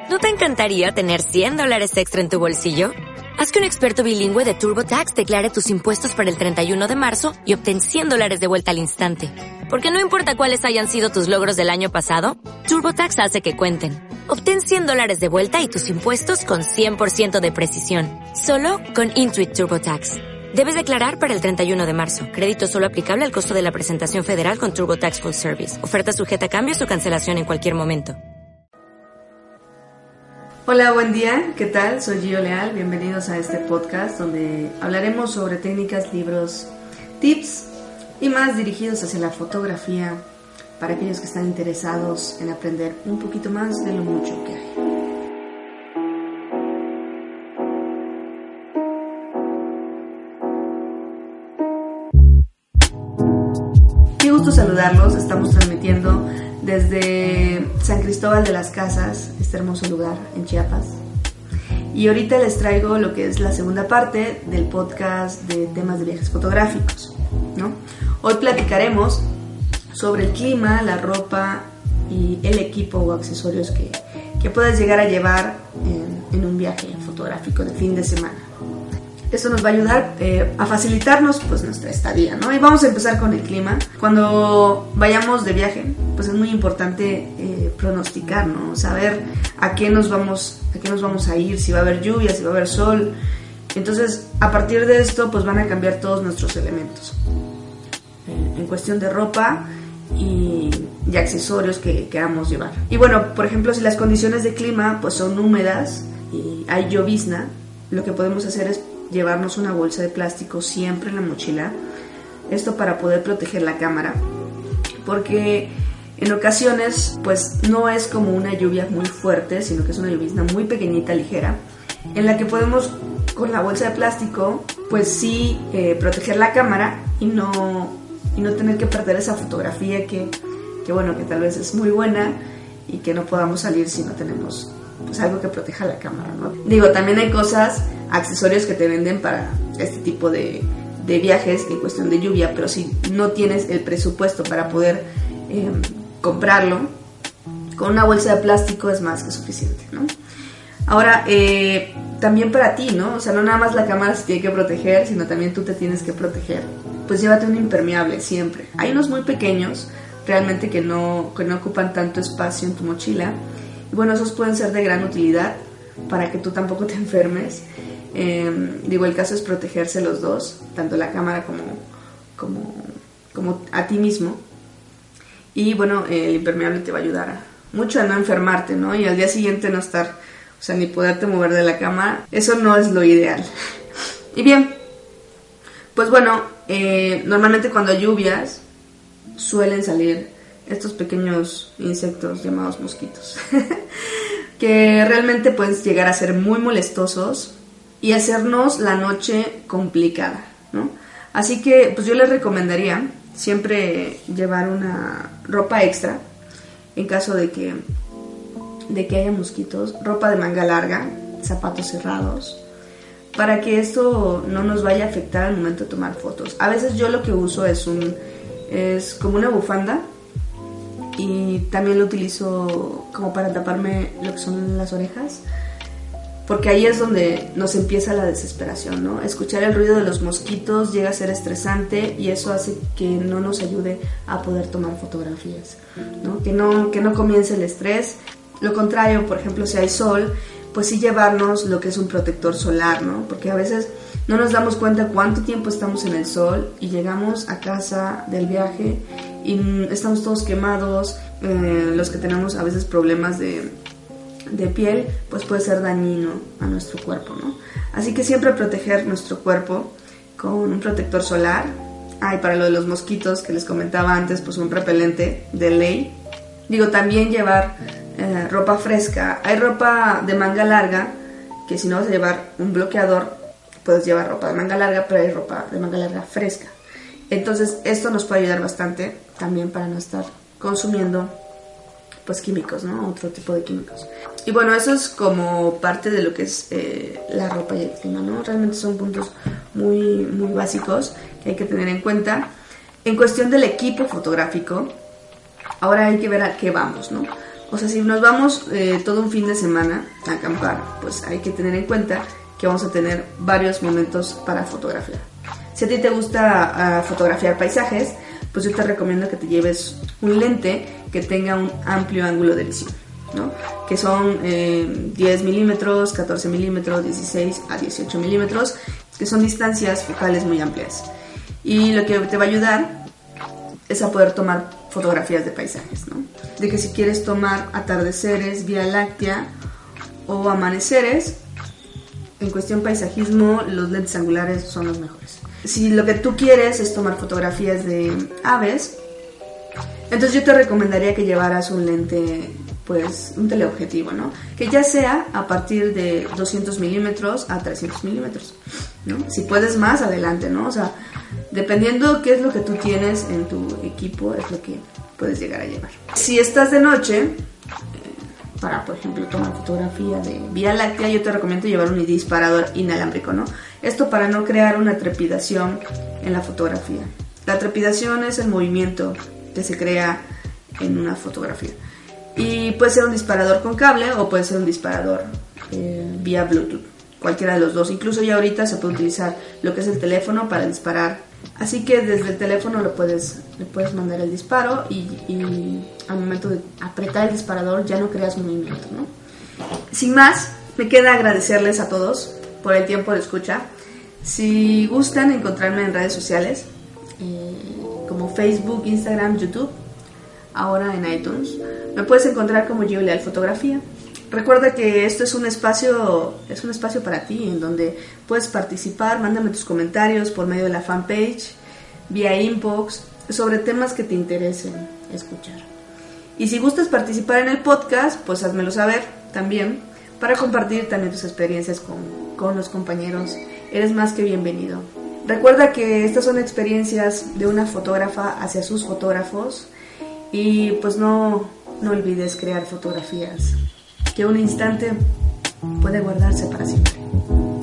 ¿No te encantaría tener $100 extra en tu bolsillo? Haz que un experto bilingüe de TurboTax declare tus impuestos para el 31 de marzo y obtén $100 de vuelta al instante. Porque no importa cuáles hayan sido tus logros del año pasado, TurboTax hace que cuenten. Obtén $100 de vuelta y tus impuestos con 100% de precisión. Solo con Intuit TurboTax. Debes declarar para el 31 de marzo. Crédito solo aplicable al costo de la presentación federal con TurboTax Full Service. Oferta sujeta a cambios o cancelación en cualquier momento. Hola, buen día, ¿qué tal? Soy Gio Leal, bienvenidos a este podcast donde hablaremos sobre técnicas, libros, tips y más dirigidos hacia la fotografía para aquellos que están interesados en aprender un poquito más de lo mucho que hay. Qué gusto saludarlos, estamos transmitiendo desde San Cristóbal de las Casas, este hermoso lugar en Chiapas. Y ahorita les traigo lo que es la segunda parte del podcast de temas de viajes fotográficos, ¿no? Hoy platicaremos sobre el clima, la ropa y el equipo o accesorios que puedes llegar a llevar en un viaje fotográfico de fin de semana. Esto nos va a ayudar a facilitarnos pues nuestra estadía, ¿no? Y vamos a empezar con el clima. Cuando vayamos de viaje, pues es muy importante pronosticar, ¿no? Saber a qué nos vamos a ir, si va a haber lluvia, si va a haber sol. Entonces, a partir de esto, pues van a cambiar todos nuestros elementos. En cuestión de ropa y accesorios que queramos llevar. Y bueno, por ejemplo, si las condiciones de clima pues son húmedas y hay llovizna, lo que podemos hacer es llevarnos una bolsa de plástico siempre en la mochila, esto para poder proteger la cámara, porque en ocasiones pues no es como una lluvia muy fuerte, sino que es una llovizna muy pequeñita, ligera, en la que podemos con la bolsa de plástico pues sí proteger la cámara y no tener que perder esa fotografía que bueno, que tal vez es muy buena y que no podamos salir si no tenemos pues algo que proteja la cámara, ¿no? Digo, también hay accesorios que te venden para este tipo de viajes en cuestión de lluvia, pero si no tienes el presupuesto para poder comprarlo, con una bolsa de plástico es más que suficiente, ¿no? Ahora, también para ti, ¿no? O sea, no nada más la cámara se tiene que proteger, sino también tú te tienes que proteger. Pues llévate un impermeable siempre. Hay unos muy pequeños, realmente que no ocupan tanto espacio en tu mochila. Y bueno, esos pueden ser de gran utilidad para que tú tampoco te enfermes. Digo, el caso es protegerse los dos, tanto la cámara como a ti mismo. Y bueno, el impermeable te va a ayudar mucho a no enfermarte, ¿no? Y al día siguiente no estar, o sea, ni poderte mover de la cama. Eso no es lo ideal. Y bien, pues bueno, normalmente cuando hay lluvias suelen salir estos pequeños insectos llamados mosquitos que realmente pueden llegar a ser muy molestosos y hacernos la noche complicada, ¿no? Así que pues yo les recomendaría siempre llevar una ropa extra en caso de que haya mosquitos, ropa de manga larga, zapatos cerrados, para que esto no nos vaya a afectar al momento de tomar fotos. A veces yo lo que uso es como una bufanda y también lo utilizo como para taparme lo que son las orejas, porque ahí es donde nos empieza la desesperación, ¿no? Escuchar el ruido de los mosquitos llega a ser estresante y eso hace que no nos ayude a poder tomar fotografías, ¿no? Que no comience el estrés. Lo contrario, por ejemplo, si hay sol, pues sí llevarnos lo que es un protector solar, ¿no? Porque a veces no nos damos cuenta cuánto tiempo estamos en el sol y llegamos a casa del viaje y estamos todos quemados. Los que tenemos a veces problemas de piel, pues puede ser dañino a nuestro cuerpo, ¿no? Así que siempre proteger nuestro cuerpo con un protector solar. Y para lo de los mosquitos que les comentaba antes, pues un repelente de ley. Digo, también llevar ropa fresca. Hay ropa de manga larga que si no vas a llevar un bloqueador, puedes llevar ropa de manga larga, pero hay ropa de manga larga fresca. Entonces esto nos puede ayudar bastante también para no estar consumiendo pues químicos, ¿no? Otro tipo de químicos. Y bueno, eso es como parte de lo que es la ropa y el clima, ¿no? Realmente son puntos muy, muy básicos que hay que tener en cuenta. En cuestión del equipo fotográfico, ahora hay que ver a qué vamos, ¿no? O sea, si nos vamos todo un fin de semana a acampar, pues hay que tener en cuenta que vamos a tener varios momentos para fotografiar. Si a ti te gusta fotografiar paisajes, pues yo te recomiendo que te lleves un lente que tenga un amplio ángulo de visión, ¿no? Que son 10 milímetros, 14 milímetros, 16 a 18 milímetros, que son distancias focales muy amplias. Y lo que te va a ayudar es a poder tomar fotografías de paisajes, ¿no? De que si quieres tomar atardeceres, Vía Láctea o amaneceres, en cuestión paisajismo, los lentes angulares son los mejores. Si lo que tú quieres es tomar fotografías de aves, entonces yo te recomendaría que llevaras un lente, pues un teleobjetivo, ¿no? Que ya sea a partir de 200 milímetros a 300 milímetros, ¿no? Si puedes más, adelante, ¿no? O sea, dependiendo qué es lo que tú tienes en tu equipo, es lo que puedes llegar a llevar. Si estás de noche, para, por ejemplo, tomar fotografía de Vía Láctea, yo te recomiendo llevar un disparador inalámbrico, ¿no? Esto para no crear una trepidación en la fotografía. La trepidación es el movimiento que se crea en una fotografía. Y puede ser un disparador con cable o puede ser un disparador vía Bluetooth. Cualquiera de los dos. Incluso ya ahorita se puede utilizar lo que es el teléfono para disparar. Así que desde el teléfono le puedes mandar el disparo y al momento de apretar el disparador ya no creas movimiento, ¿no? Sin más, me queda agradecerles a todos por el tiempo de escucha. Si gustan encontrarme en redes sociales como Facebook, Instagram, YouTube, ahora en iTunes, me puedes encontrar como Gio Leal Fotografía. Recuerda que esto es un espacio para ti, en donde puedes participar. Mándame tus comentarios por medio de la fanpage, vía inbox, sobre temas que te interesen escuchar. Y si gustas participar en el podcast, pues házmelo saber también, para compartir también tus experiencias con los compañeros. Eres más que bienvenido. Recuerda que estas son experiencias de una fotógrafa hacia sus fotógrafos, y pues no olvides crear fotografías que un instante puede guardarse para siempre.